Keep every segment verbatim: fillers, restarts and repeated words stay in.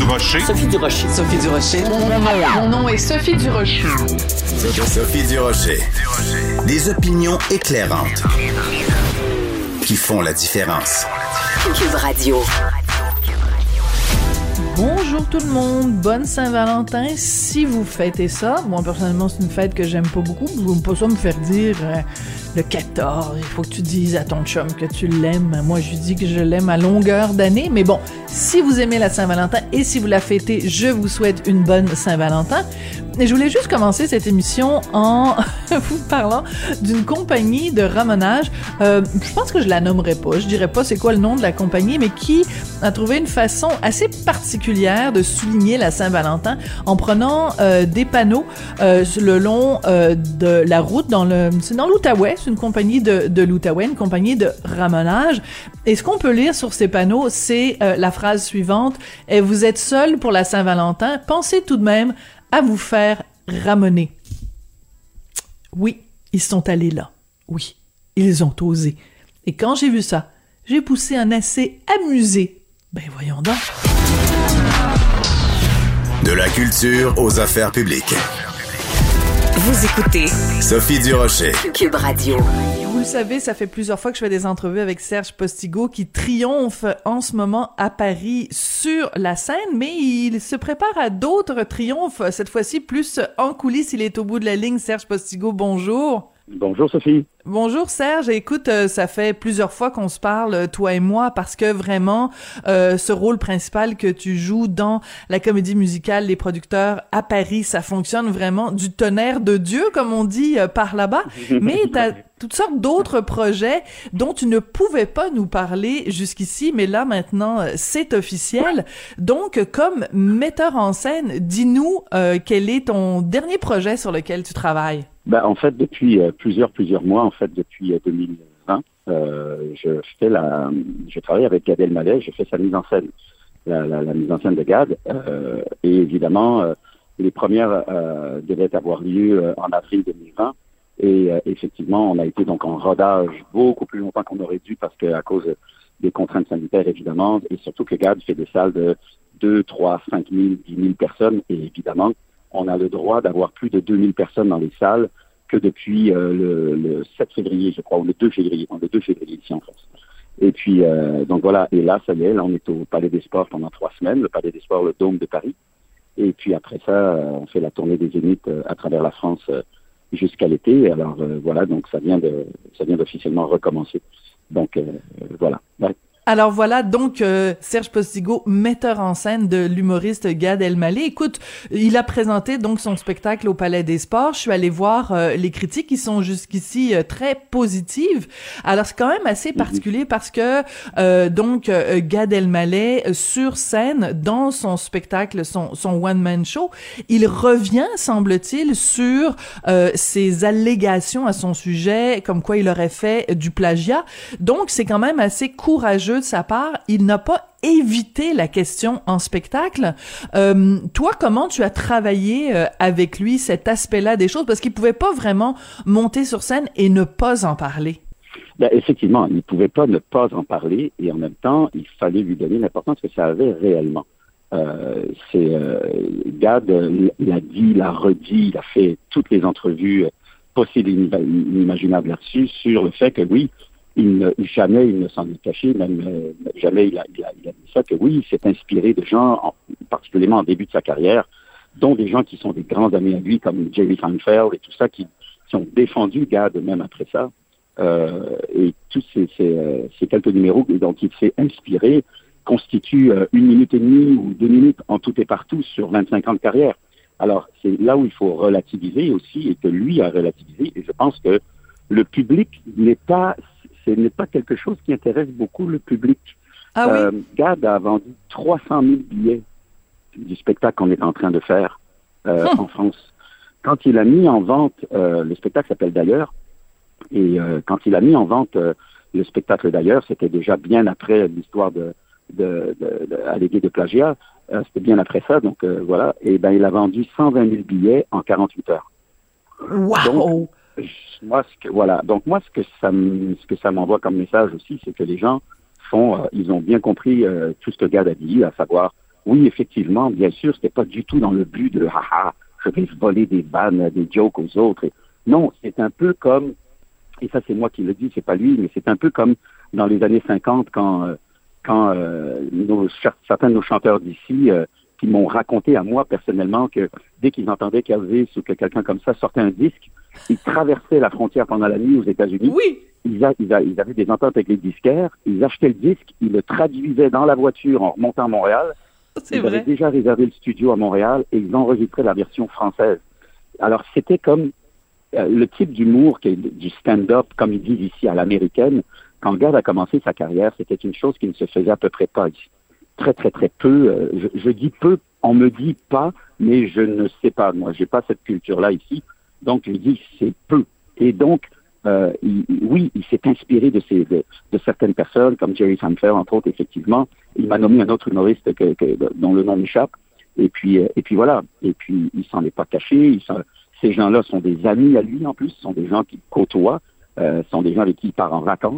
Durocher. Sophie Durocher. Sophie Durocher. Mon nom, mon nom est Sophie Durocher. Sophie Durocher. Des opinions éclairantes qui font la différence. Cube Radio. Bonjour tout le monde, bonne Saint-Valentin, si vous fêtez ça. Moi, personnellement, c'est une fête que j'aime pas beaucoup. Je veux pas ça me faire dire euh, le quatorze, il faut que tu dises à ton chum que tu l'aimes. Moi, je lui dis que je l'aime à longueur d'année. Mais bon, si vous aimez la Saint-Valentin et si vous la fêtez, je vous souhaite une bonne Saint-Valentin. Et je voulais juste commencer cette émission en vous parlant d'une compagnie de ramonage. Euh, je pense que je la nommerai pas. Je dirais pas c'est quoi le nom de la compagnie, mais qui a trouvé une façon assez particulière de souligner la Saint-Valentin en prenant euh, des panneaux euh, le long euh, de la route dans le, c'est dans l'Outaouais. C'est une compagnie de, de l'Outaouais, une compagnie de ramonage. Et ce qu'on peut lire sur ces panneaux, c'est euh, la phrase suivante: et vous êtes seul pour la Saint-Valentin, pensez tout de même à vous faire ramoner. Oui, ils sont allés là. Oui, ils ont osé. Et quand j'ai vu ça, j'ai poussé un assez amusé. Ben voyons donc. De la culture aux affaires publiques. Vous écoutez Sophie Durocher. Cube Radio. Vous le savez, ça fait plusieurs fois que je fais des entrevues avec Serge Postigo qui triomphe en ce moment à Paris sur la scène, mais il se prépare à d'autres triomphes, cette fois-ci plus en coulisses. Il est au bout de la ligne. Serge Postigo, bonjour. Bonjour Sophie. Bonjour Serge, écoute, euh, ça fait plusieurs fois qu'on se parle, toi et moi, parce que vraiment, euh, ce rôle principal que tu joues dans la comédie musicale Les Producteurs à Paris, ça fonctionne vraiment du tonnerre de Dieu, comme on dit euh, par là-bas, mais t'as toutes sortes d'autres projets dont tu ne pouvais pas nous parler jusqu'ici, mais là maintenant, c'est officiel. Donc, comme metteur en scène, dis-nous euh, quel est ton dernier projet sur lequel tu travailles? Ben, en fait, depuis euh, plusieurs, plusieurs mois, en fait, depuis euh, deux mille vingt, euh, je fais la, je travaille avec Gad Elmaleh, je fais sa mise en scène, la, la, la mise en scène de Gad, euh, et évidemment, euh, les premières euh, devaient avoir lieu euh, en avril deux mille vingt, et euh, effectivement, on a été donc en rodage beaucoup plus longtemps qu'on aurait dû parce que à cause des contraintes sanitaires, évidemment, et surtout que Gad fait des salles de deux, trois, cinq mille, dix mille personnes, et évidemment, on a le droit d'avoir plus de deux mille personnes dans les salles que depuis euh, le, le sept février, je crois, ou le deux février, le deux février ici en France. Et puis, euh, donc voilà, et là, ça y est, là, on est au Palais des Sports pendant trois semaines, le Palais des Sports, le Dôme de Paris. Et puis après ça, euh, on fait la tournée des Zéniths euh, à travers la France euh, jusqu'à l'été. Alors euh, voilà, donc ça vient de, ça vient d'officiellement recommencer. Donc euh, euh, voilà. Ouais. Alors voilà donc euh, Serge Postigo, metteur en scène de l'humoriste Gad Elmaleh. Écoute, il a présenté donc son spectacle au Palais des Sports. Je suis allée voir euh, les critiques qui sont jusqu'ici euh, très positives. Alors c'est quand même assez particulier parce que euh, donc euh, Gad Elmaleh euh, sur scène dans son spectacle, son son one man show, il revient semble-t-il sur euh, ses allégations à son sujet, comme quoi il aurait fait du plagiat. Donc c'est quand même assez courageux de sa part. Il n'a pas évité la question en spectacle. Euh, toi, comment tu as travaillé euh, avec lui cet aspect-là des choses? Parce qu'il pouvait pas vraiment monter sur scène et ne pas en parler. Ben, effectivement, il ne pouvait pas ne pas en parler et en même temps, il fallait lui donner l'importance que ça avait réellement. Euh, c'est euh, Gad l'a dit, l'a redit, il a fait toutes les entrevues possibles et inimaginables là-dessus, sur le fait que oui, Il ne, jamais il ne s'en est caché, même euh, jamais il a, il, a, il a dit ça, que oui, il s'est inspiré de gens, en, particulièrement en début de sa carrière, dont des gens qui sont des grands amis à lui, comme Jerry Seinfeld et tout ça, qui, qui ont défendu Gad même après ça. Euh, et tous ces, ces, euh, ces quelques numéros dont il s'est inspiré constituent euh, une minute et demie ou deux minutes en tout et partout sur vingt-cinq ans de carrière. Alors, c'est là où il faut relativiser aussi, et que lui a relativisé, et je pense que le public n'est pas... ce n'est pas quelque chose qui intéresse beaucoup le public. Ah oui? Euh, Gad a vendu trois cent mille billets du spectacle qu'on est en train de faire euh, hum. en France. Quand il a mis en vente, euh, le spectacle s'appelle D'ailleurs, et euh, quand il a mis en vente euh, le spectacle D'ailleurs, c'était déjà bien après l'histoire de, de, de, de alléguée de plagiat, euh, c'était bien après ça, donc euh, voilà, et ben il a vendu cent vingt mille billets en quarante-huit heures. Wow! Donc, moi, ce que, voilà. Donc, moi, ce que ça, m- ce que ça m'envoie comme message aussi, c'est que les gens font, euh, ils ont bien compris euh, tout ce que Gad a dit, à savoir oui, effectivement, bien sûr, c'était pas du tout dans le but de haha, je vais voler des vannes, des jokes aux autres. Et, non, c'est un peu comme, et ça c'est moi qui le dis, c'est pas lui, mais c'est un peu comme dans les années cinquante quand, euh, quand euh, nos, certains de nos chanteurs d'ici euh, qui m'ont raconté à moi personnellement que dès qu'ils entendaient qu'Elvis ou que quelqu'un comme ça sortait un disque, ils traversaient la frontière pendant la nuit aux États-Unis. Oui. Ils, a, ils, a, ils avaient des ententes avec les disquaires, ils achetaient le disque, ils le traduisaient dans la voiture en remontant à Montréal. C'est ils vrai. avaient déjà réservé le studio à Montréal et ils enregistraient la version française. Alors c'était comme euh, le type d'humour qui est du stand-up, comme ils disent ici à l'américaine. Quand Gad a commencé sa carrière, c'était une chose qui ne se faisait à peu près pas ici. Très, très, très peu. Euh, je, je dis peu, on me dit pas, mais je ne sais pas. Moi, j'ai pas cette culture-là ici. Donc, je dis c'est peu. Et donc, euh, il, oui, il s'est inspiré de, ces, de, de certaines personnes, comme Jerry Seinfeld, entre autres, effectivement. Il m'a nommé un autre humoriste que, que, dont le nom m'échappe. Et puis, euh, et puis voilà. Et puis, il s'en est pas caché. Il s'en, ces gens-là sont des amis à lui, en plus. Ce sont des gens qu'il côtoie. Euh, sont des gens avec qui il part en vacances.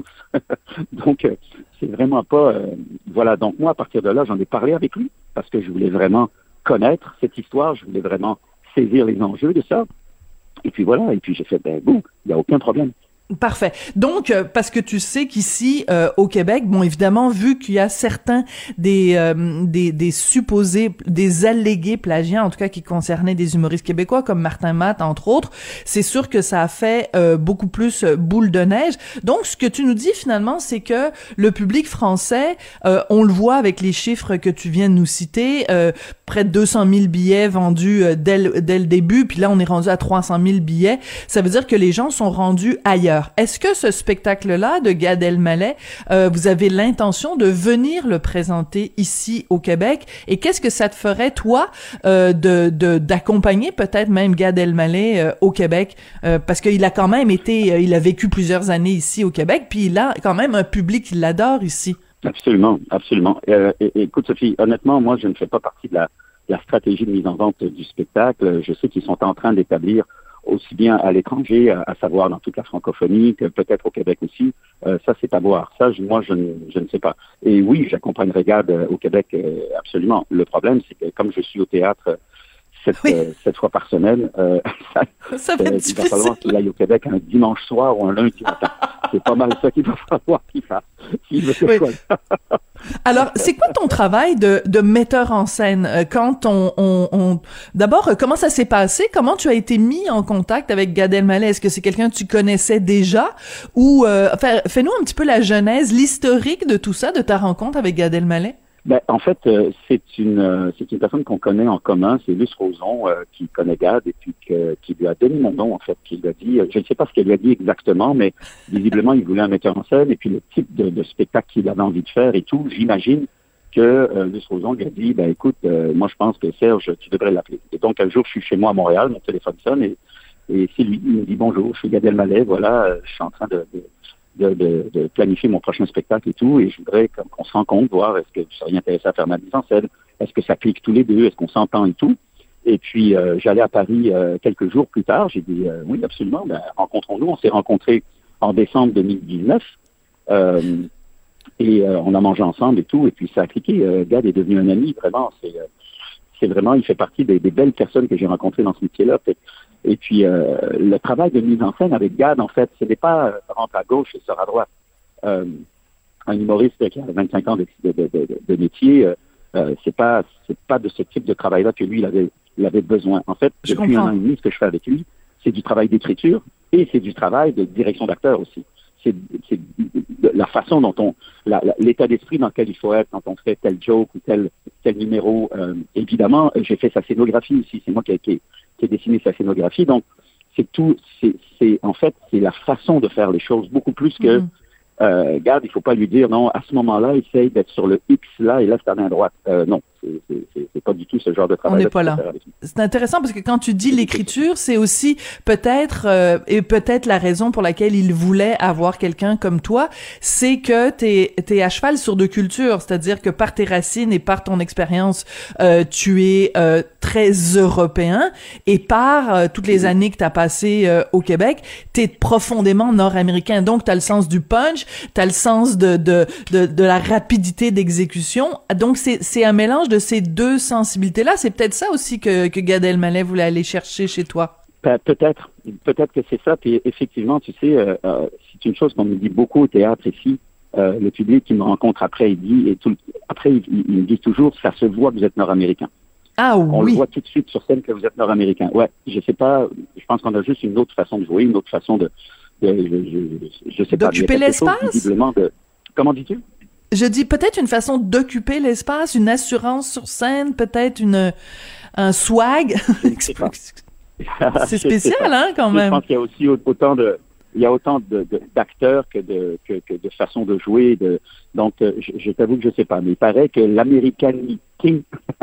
Donc, euh, c'est vraiment pas... Euh, voilà, donc moi, à partir de là, j'en ai parlé avec lui parce que je voulais vraiment connaître cette histoire, je voulais vraiment saisir les enjeux de ça. Et puis voilà, et puis j'ai fait, ben bon, il n'y a aucun problème. Parfait. Donc, euh, parce que tu sais qu'ici, euh, au Québec, bon, évidemment, vu qu'il y a certains des, euh, des, des supposés, des allégués plagiats, en tout cas qui concernaient des humoristes québécois, comme Martin Matt, entre autres, c'est sûr que ça a fait euh, beaucoup plus euh, boule de neige. Donc, ce que tu nous dis, finalement, c'est que le public français, euh, on le voit avec les chiffres que tu viens de nous citer, euh, près de deux cent mille billets vendus euh, dès, le, dès le début, puis là, on est rendu à trois cent mille billets. Ça veut dire que les gens sont rendus ailleurs. Est-ce que ce spectacle-là de Gad Elmaleh, euh, vous avez l'intention de venir le présenter ici au Québec? Et qu'est-ce que ça te ferait, toi, euh, de, de d'accompagner peut-être même Gad Elmaleh euh, au Québec? Euh, parce qu'il a quand même été, euh, il a vécu plusieurs années ici au Québec, puis il a quand même un public qui l'adore ici. Absolument, absolument. Euh, écoute, Sophie, honnêtement, moi, je ne fais pas partie de la, de la stratégie de mise en vente du spectacle. Je sais qu'ils sont en train d'établir aussi bien à l'étranger, à, à savoir dans toute la francophonie, que peut-être au Québec aussi. Euh, ça, c'est à voir. Ça, je, moi, je ne, je ne sais pas. Et oui, j'accompagnerai Gad euh, au Québec, euh, absolument. Le problème, c'est que comme je suis au théâtre sept, oui. euh, sept fois par semaine, euh, ça, ça va être euh, difficile. Il va falloir qu'il aille au Québec un dimanche soir ou un lundi matin. C'est pas mal ça qu'il va falloir qu'il fasse. S'il veut oui. quoi. Alors, c'est quoi ton travail de, de metteur en scène? Quand on, on, on... D'abord, comment ça s'est passé? Comment tu as été mis en contact avec Gad Elmaleh? Est-ce que c'est quelqu'un que tu connaissais déjà? Ou euh, enfin, fais-nous un petit peu la genèse, l'historique de tout ça, de ta rencontre avec Gad Elmaleh. Ben, en fait, euh, c'est une euh, c'est une personne qu'on connaît en commun, c'est Luce Roson, euh, qui connaît Gad et puis que, qui lui a donné mon nom, en fait, qui lui a dit, euh, je ne sais pas ce qu'elle lui a dit exactement, mais visiblement, il voulait un metteur en scène et puis le type de, de spectacle qu'il avait envie de faire et tout, j'imagine que euh, Luce Roson lui a dit, ben écoute, euh, moi je pense que Serge, tu devrais l'appeler. Et donc, un jour, je suis chez moi à Montréal, mon téléphone sonne et, et c'est lui, il me dit, bonjour, je suis Gad Elmaleh, voilà, euh, je suis en train de... de De, de, de planifier mon prochain spectacle et tout, et je voudrais qu'on se rencontre, voir est-ce que vous seriez intéressé à faire ma mise en scène, est-ce que ça clique tous les deux, est-ce qu'on s'entend et tout. Et puis, euh, j'allais à Paris euh, quelques jours plus tard, j'ai dit, euh, oui, absolument, ben, rencontrons-nous. On s'est rencontrés en décembre deux mille dix-neuf, euh, et euh, on a mangé ensemble et tout, et puis ça a cliqué. Euh, Gad est devenu un ami, vraiment, c'est... Euh, c'est vraiment, il fait partie des, des belles personnes que j'ai rencontrées dans ce métier-là. Et, et puis, euh, le travail de mise en scène avec Gad, en fait, ce n'est pas euh, rentre à gauche et sort à droite. Euh, un humoriste qui a vingt-cinq ans de, de, de, de, de métier, euh, euh, c'est pas, c'est pas de ce type de travail-là que lui, il avait, il avait besoin. En fait, Je depuis comprends. un an et demi, ce que je fais avec lui, c'est du travail d'écriture et c'est du travail de direction d'acteur aussi. C'est, c'est la façon dont on, la, la, l'état d'esprit dans lequel il faut être quand on fait tel joke ou tel, tel numéro. Euh, évidemment, j'ai fait sa scénographie aussi. C'est moi qui ai, qui, qui ai dessiné sa scénographie. Donc, c'est tout. C'est, c'est en fait, c'est la façon de faire les choses beaucoup plus que. Mm-hmm. Euh, regarde, il faut pas lui dire non. À ce moment-là, essaye d'être sur le X là et là, c'est à main droite. Euh, non, c'est, c'est, c'est pas du tout ce genre de travail. On n'est pas là. C'est intéressant parce que quand tu dis l'écriture, c'est aussi peut-être euh, et peut-être la raison pour laquelle il voulait avoir quelqu'un comme toi, c'est que t'es t'es à cheval sur deux cultures, c'est-à-dire que par tes racines et par ton expérience, euh, tu es euh, très européen et par euh, toutes les années que t'as passées euh, au Québec, t'es profondément nord-américain. Donc t'as le sens du punch, t'as le sens de de de, de la rapidité d'exécution. Donc c'est c'est un mélange de de ces deux sensibilités-là. C'est peut-être ça aussi que, que Gad Elmaleh voulait aller chercher chez toi. Pe- Peut-être, peut-être que c'est ça. Puis effectivement, tu sais, euh, euh, c'est une chose qu'on nous dit beaucoup au théâtre ici. Euh, le public qui me rencontre après, il dit, et tout, après, il, il me dit toujours, ça se voit que vous êtes nord-américain. Ah oui. On le voit tout de suite sur scène que vous êtes nord-américain. Ouais, je sais pas, je pense qu'on a juste une autre façon de jouer, une autre façon de, de je, je, je sais pas. D'occuper l'espace? Chose, visiblement de, comment dis-tu? Je dis peut-être une façon d'occuper l'espace, une assurance sur scène, peut-être une, un swag. C'est spécial, hein, quand même. Je pense qu'il y a aussi autant de, il y a autant de, de, d'acteurs que de, que, que de façons de jouer. De, donc, je, je t'avoue que je sais pas, mais il paraît que l'américanité,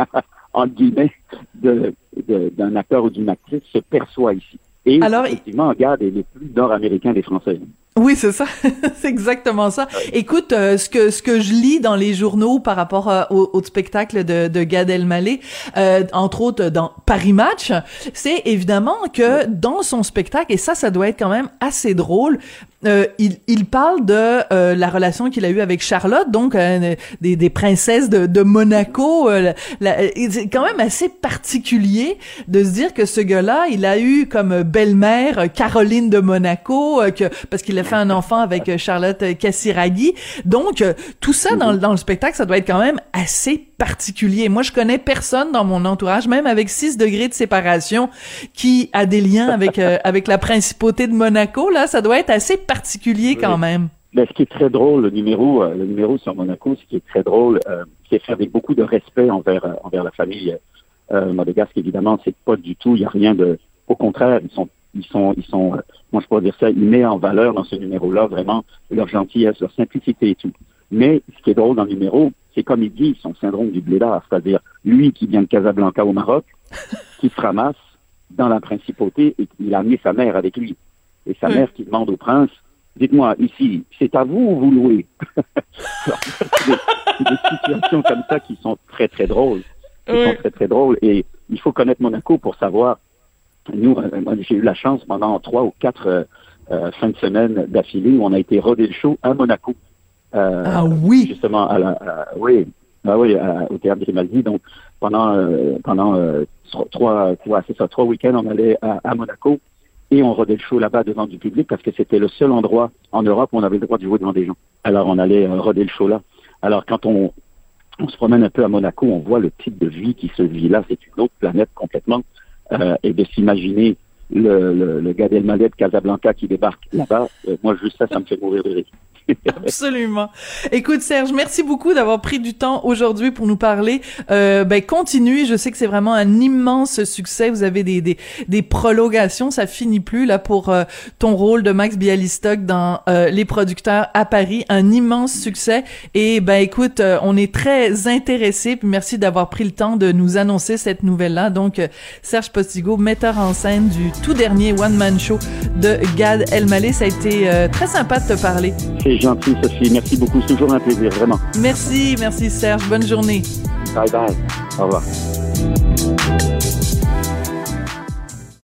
entre guillemets, de, de, d'un acteur ou d'une actrice se perçoit ici. Et alors, effectivement, Gad est le plus nord-américain des Français. Oui, c'est ça. C'est exactement ça. Ouais. Écoute, euh, ce que ce que je lis dans les journaux par rapport euh, au, au spectacle de, de Gad Elmaleh, euh, entre autres dans Paris Match, c'est évidemment que ouais. dans son spectacle, et ça, ça doit être quand même assez drôle, euh, il, il parle de euh, la relation qu'il a eue avec Charlotte, donc euh, des, des princesses de, de Monaco. Euh, la, c'est quand même assez particulier de se dire que ce gars-là, il a eu comme belle-mère Caroline de Monaco, euh, que parce qu'il a fait un enfant avec Charlotte Casiraghi. Donc, euh, tout ça dans, dans le spectacle, ça doit être quand même assez particulier. Moi, je connais personne dans mon entourage, même avec six degrés de séparation, qui a des liens avec euh, avec la principauté de Monaco. Là, ça doit être assez particulier quand oui. même. Ben, ce qui est très drôle, le numéro, euh, le numéro sur Monaco, ce qui est très drôle, euh, c'est fait avec beaucoup de respect envers euh, envers la famille euh, monégasque. Évidemment, c'est pas du tout, il y a rien de, au contraire, ils sont Ils sont, ils sont, euh, moi je pourrais dire ça, ils mettent en valeur dans ce numéro-là vraiment leur gentillesse, leur simplicité et tout. Mais ce qui est drôle dans le numéro, c'est comme il dit, son syndrome du blédard, c'est-à-dire lui qui vient de Casablanca au Maroc, qui se ramasse dans la principauté et il a amené sa mère avec lui. Et sa mmh. mère qui demande au prince, dites-moi, ici, c'est à vous ou vous louez? Alors, c'est, des, c'est des situations comme ça qui sont très très drôles, qui mmh. sont très très drôles. Et il faut connaître Monaco pour savoir. Nous, euh, moi, j'ai eu la chance pendant trois ou quatre euh, euh, fins de semaine d'affilée où on a été rodé le show à Monaco. Euh, ah oui. Justement, à la, à, oui, ah oui, à, au théâtre Grimaldi. Donc pendant euh, pendant euh, trois, ouais, c'est ça, trois week-ends, on allait à, à Monaco et on rodait le show là-bas devant du public parce que c'était le seul endroit en Europe où on avait le droit de jouer devant des gens. Alors on allait euh, roder le show là. Alors quand on on se promène un peu à Monaco, on voit le type de vie qui se vit là. C'est une autre planète complètement. Euh, et de s'imaginer le, le, le Gad Elmaleh de Casablanca qui débarque là-bas, euh, moi juste ça, ça me fait mourir de rire. Absolument. Écoute Serge, merci beaucoup d'avoir pris du temps aujourd'hui pour nous parler. Euh, ben continue, je sais que c'est vraiment un immense succès. Vous avez des des, des prolongations, ça finit plus là pour euh, ton rôle de Max Bialystock dans euh, Les Producteurs à Paris, un immense succès. Et ben écoute, euh, on est très intéressés. Puis merci d'avoir pris le temps de nous annoncer cette nouvelle-là. Donc euh, Serge Postigo, metteur en scène du tout dernier one man show de Gad Elmaleh, ça a été euh, très sympa de te parler. C'est gentil, Sophie. Merci beaucoup. C'est toujours un plaisir, vraiment. Merci, merci Serge. Bonne journée. Bye bye. Au revoir.